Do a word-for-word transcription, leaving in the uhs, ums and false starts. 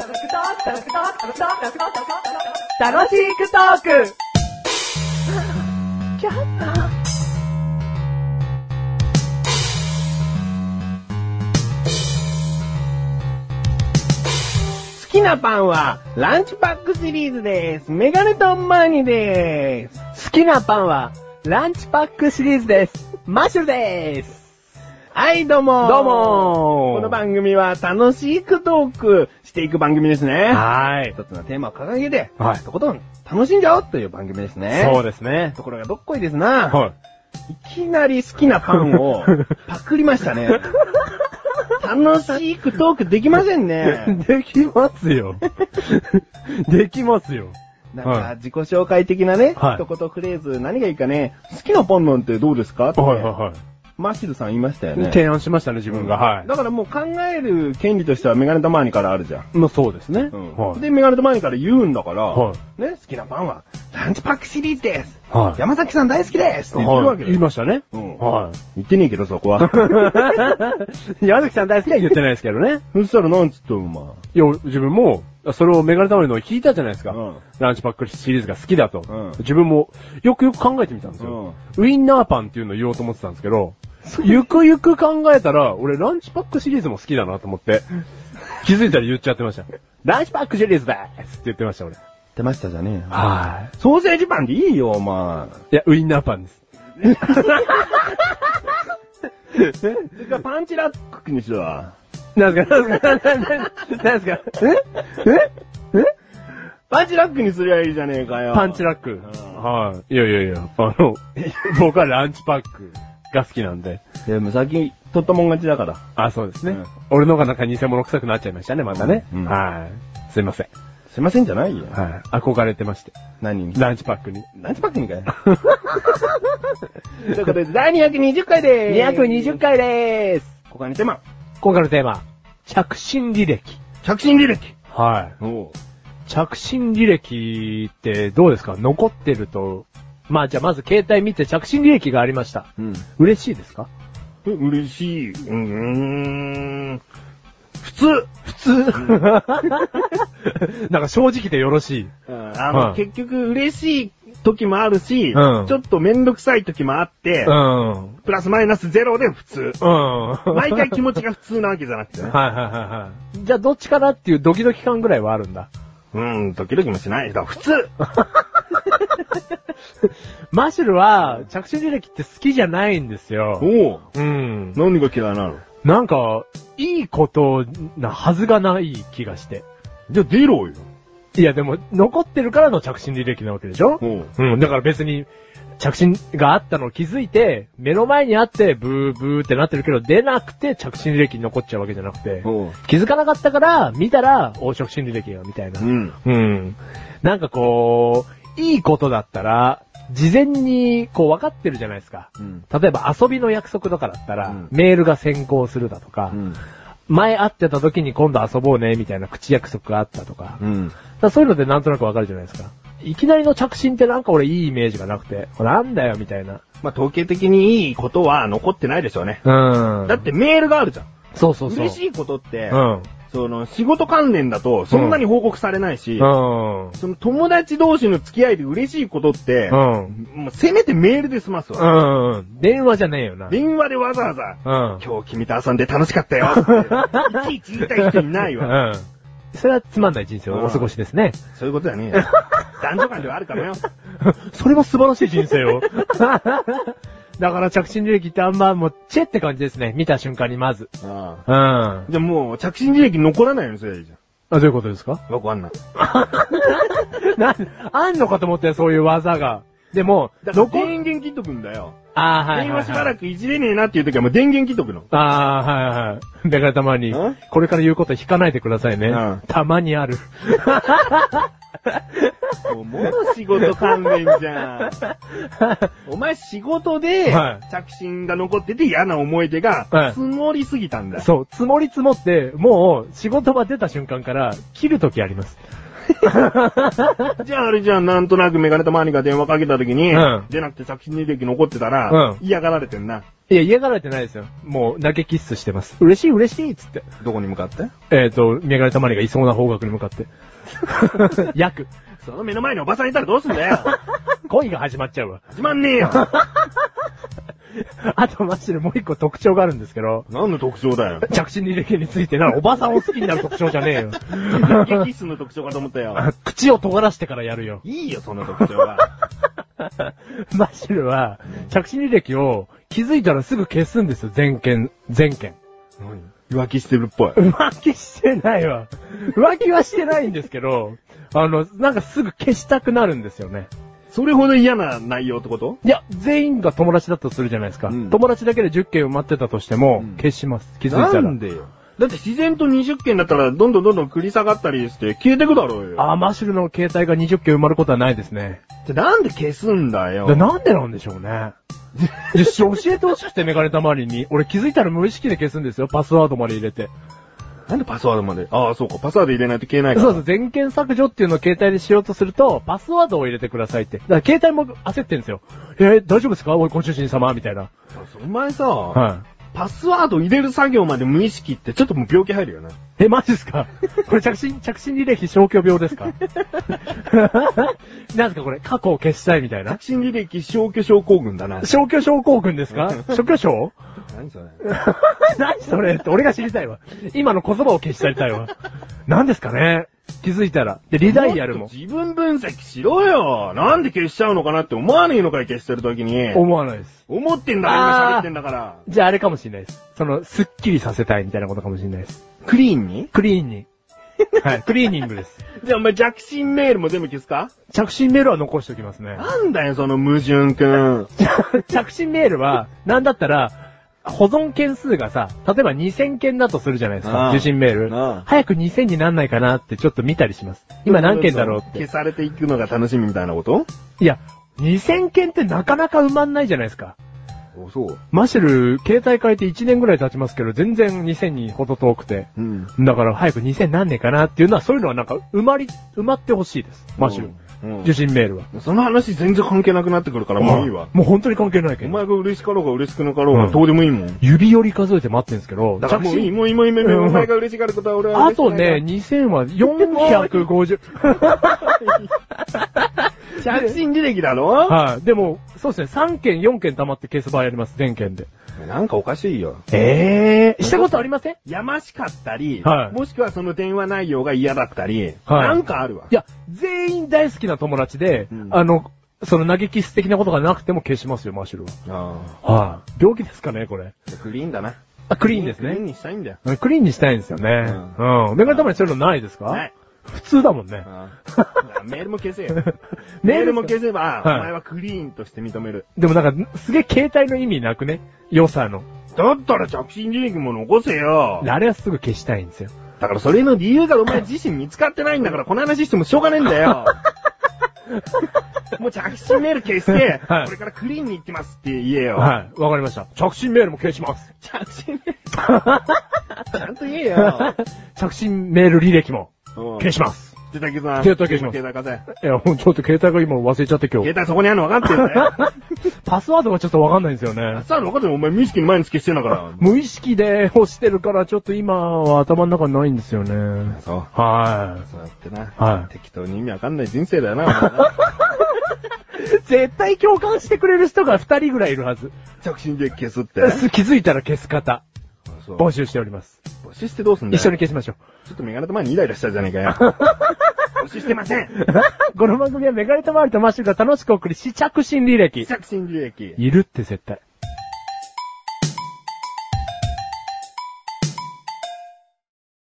楽しくトーク好きなパンはランチパックシリーズです。メガネとマーニです。 好きなパンはランチパックシリーズです。マッシュルです。 はい、どうもどうもこの番組は楽しくトークしていく番組ですね。 はい。 一つのテーマを掲げて、 はい。 とことん楽しんじゃおうという番組ですね。 そうですね。 ところがどっこいですな。 はい。 いきなり好きなパンをパクりましたね。楽しくトークできませんね。 できますよ。できますよ。 なんか自己紹介的なね、 はい、 一言フレーズ何がいいかね、好きなパンなんてどうですかって、ね、 はいはいはい。 マッシュルさん言いましたよね。 提案しましたね、自分が。はい。 だからもう考える権利としてはメガネとマーニからあるじゃん。 まあそうですね。 うん。 はい、 で、メガネとマーニから言うんだから、 はい、 ね、好きなパンはランチパックシリーズです。 はい。 山崎さん大好きですって言ってるわけよ。 言いましたね。 うん。 はい。 言ってねえけどそこは。 山崎さん大好きは言ってないですけどね。 そしたらなんつったの、まあ。 いや、自分も、それをメガネたまりの聞いたじゃないですか。 うん。 ランチパックシリーズが好きだと。 うん。 自分も、よくよく考えてみたんですよ。うん。ウインナーパンっていうのを言おうと思ってたんですけど、ゆくゆく考えたら、俺ランチパックシリーズも好きだなと思って、気づいたら言っちゃってました。ランチパックシリーズですって言ってました、俺。 言ってましたじゃねえ。 はい。 ソーセージパンでいいよ、まあ。 いや、ウインナーパンです。 それからパンチラックにしろ。 なんすか、なんすか、なんすか、えええパンチラックにすりゃいいじゃねえかよ。 パンチラック。はい。いやいやいや、あの、僕はランチパックが好きなんで。 でも先、取ったもん勝ちだから。 あ、そうですね。 うん、 俺のがなんか偽物臭くなっちゃいましたね、またね。 うん、 はい。すいません。 すいませんじゃないよ。 はい。憧れてまして。 何に？ ランチパックに。 ランチパックにかいということで、だいにひゃくにじゅっかいでーす。 にひゃくにじゅっかいでーす。 ここにテーマ。 今回のテーマ。着信履歴。 着信履歴。 はい。 おう。 着信履歴ってどうですか？残ってると。まあじゃあまず携帯見て着信履歴がありました。 うん。 嬉しいですか？ え、嬉しい。うーん。普通普通、うん、なんか正直でよろしい。 うん、あの、うん、結局嬉しい時もあるし、 うん、 ちょっとめんどくさい時もあって、 うん、 プラスマイナスゼロで普通。 うん、 毎回気持ちが普通なわけじゃなくてね。 はいはいはいはい。じゃあどっちかなっていうドキドキ感ぐらいはあるんだ。 うん、ドキドキもしない。だから普通マシュルは着信履歴って好きじゃないんですよ。 おう。 うん。 何が嫌いなの？ なんか、いいことなはずがない気がして。 じゃあ出ろよ。 いやでも、残ってるからの着信履歴なわけでしょ？ うん。 うん。だから別に、着信があったのを気づいて、目の前にあって、ブーブーってなってるけど、出なくて着信履歴に残っちゃうわけじゃなくて、気づかなかったから、見たら、お、着信履歴が、みたいな。 うん。 うん。なんかこう、いいことだったら、事前に、こう分かってるじゃないですか。うん、例えば遊びの約束とかだったら、うん、メールが先行するだとか、うん、前会ってた時に今度遊ぼうね、みたいな口約束があったとか、うん、だそういうのでなんとなく分かるじゃないですか。いきなりの着信ってなんか俺いいイメージがなくて、なんだよ、みたいな。 まあ、統計的にいいことは残ってないでしょうね。うん。だってメールがあるじゃん。 そうそうそう。 嬉しいことって、うん。その、仕事関連だと、そんなに報告されないし、うん、その友達同士の付き合いで嬉しいことって、うん、もうせめてメールで済ますわ。 うん。電話じゃねえよな。 電話でわざわざ、うん、今日君と遊んで楽しかったよって、いちいち言いたい人いないわ。うん。 それはつまんない人生をお過ごしですね。 そういうことだね。男女間ではあるかもよ。 それは素晴らしい人生を。だから着信履歴ってあんまもうチェって感じですね。見た瞬間にまず。ああ。うん。 じゃあもう着信履歴残らないようにすればいいじゃん。 あ、どういうことですか？ わかんない。 な、あんのかと思ってそういう技が。でも、 だから電源切っとくんだよ。 ああ、はい、はい。 電話しばらくいじれねえなっていう時はもう電源切っとくの。 ああ、はいはい。だからたまに、これから言うこと引かないでくださいね。うん、たまにある。 もう仕事関連じゃん。お前仕事で着信が残ってて嫌な思い出が積もりすぎたんだ。 はい、そう、積もり積もって、もう仕事場出た瞬間から切る時あります。 じゃああれじゃあなんとなくメガネとマーニが電話かけた時に、うん、出なくて着信履歴残ってたら、うん、嫌がられてんな。 いや、嫌がられてないですよ。もう、投げキッスしてます。嬉しい嬉しいっつって。 どこに向かってえっと、メガネたまりがいそうな方角に向かって。約。 その目の前におばさんいたらどうすんだよ。 恋が始まっちゃうわ。 始まんねえよ。 あと、マジでもう一個特徴があるんですけど。 何の特徴だよ。 着信履歴についてな、おばさんを好きになる特徴じゃねえよ。 投げキッスの特徴かと思ったよ。 口を尖らしてからやるよ。 いいよ、そんな特徴は。 マシュルは、着信履歴を気づいたらすぐ消すんですよ、全件、全件。 浮気してるっぽい。 浮気してないわ。浮気はしてないんですけど、あの、なんかすぐ消したくなるんですよね。 それほど嫌な内容ってこと？ いや、全員が友達だとするじゃないですか。うん、友達だけでじゅっけん埋まってたとしても、うん、消します。気づいたら。 なんでよ。だって自然とにじゅっけんだったらどんどんどんどん繰り下がったりして消えてくだろうよ。 あー、マシュルの携帯がにじゅっけん埋まることはないですね。 じゃ、なんで消すんだよ。 でなんでなんでしょうね。よし、教えてほしくてメガネたまりに。俺気づいたら無意識で消すんですよ。パスワードまで入れて。 なんでパスワードまで？ああ、そうか。パスワード入れないと消えないから。 そうそう。全件削除っていうのを携帯でしようとすると、パスワードを入れてくださいって。だから携帯も焦ってるんですよ。えー、大丈夫ですかおい、ご主人様みたいな。 お前さ、 はい。 パスワード入れる作業まで無意識ってちょっともう病気入るよね。 え、マジですかこれ着信、着信履歴消去病ですかなんですかこれ過去を消したいみたいな。 着信履歴消去症候群だな。 消去症候群ですか消去症何それ何それって俺が知りたいわ。今の言葉を消したいたいわ。何ですかね気づいたら。で、リダイヤルも。 自分分析しろよ。なんで消しちゃうのかなって思わねえのかい消してるときに。 思わないです。 思ってんだから今喋ってんだから。 じゃああれかもしれないです。その、スッキリさせたいみたいなことかもしれないです。 クリーンにクリーンに。はい、クリーニングです。 じゃあお前着信メールも全部消すか？ 着信メールは残しておきますね。 なんだよその矛盾くん。 着信メールは、なんだったら、保存件数がさ、例えばにせんけんだとするじゃないですか。受信メール。早くにせんになんないかなってちょっと見たりします。今何件だろうって。 消されていくのが楽しみみたいなこと？ いや、にせんけんってなかなか埋まんないじゃないですか。 お、そう。 マシュル、携帯変えていちねんぐらい経ちますけど、全然にせんにほど遠くて。うん。だから早くにせんなんねえかなっていうのは、そういうのはなんか埋まり、埋まってほしいです。マシュル。うん、受信メールは。 その話全然関係なくなってくるからもういいわ。 もう本当に関係ないけど。 お前が嬉しかろうが嬉しくなかろうが、どうでもいいもん。 指折り数えて待ってんですけど。 だからもういい、もういい、もういい、もういい、お前が嬉しがることは俺は。 あとね、にせんはよんひゃくごじゅう。 着信履歴だろ？ はい。でも、そうですね、さんけん、よんけん溜まって消す場合あります、全件で。 なんかおかしいよ。 ええー。したことありません？ やましかったり、 はい、 もしくはその電話内容が嫌だったり、はい、なんかあるわ。 いや、全員大好きな友達で、うん、あの、その投げキス的なことがなくても消しますよ、マーシュルは。ああ。はい。病気ですかね、これ。 クリーンだな。 あ、クリーンですね。 クリーンにしたいんだよ。 クリーンにしたいんですよね。うん。うん。メガネたまにそういうのないですか？ない。普通だもんね。 メールも消せよ。メールも消せば、お前はクリーンとして認める。 でもなんか、すげえ携帯の意味なくね？良さの。 だったら着信履歴も残せよ。 あれはすぐ消したいんですよ。 だからそれの理由がお前自身見つかってないんだから、この話してもしょうがねえんだよ。もう着信メール消して、はい、これからクリーンに行ってますって言えよ。 はい、わかりました。着信メールも消します。 着信メールちゃんと言えよ。 着信メール履歴も消します。 手だけさん。 携帯消します。 携帯貸せ。 いや、ちょっと携帯が今忘れちゃって今日。 携帯そこにあるの分かってるね。 パスワードがちょっと分かんないんですよね。 パスワード分かってるのお前無意識に前に消してんだから。 無意識で押してるからちょっと今は頭の中にないんですよね。 そう。 はい。 そうやってな。 はい。 適当に意味わかんない人生だよな。 絶対共感してくれる人が二人ぐらいいるはず。 着信で消すって。 気づいたら消す方。募集しております。 募集してどうすんだよ。 一緒に消しましょう。 ちょっとメガネと前にイライラしたじゃねえかよ。募集してません。 この番組はメガネと周りとマッシュが楽しく送り試着信履歴。 試着信履歴。 いるって絶対。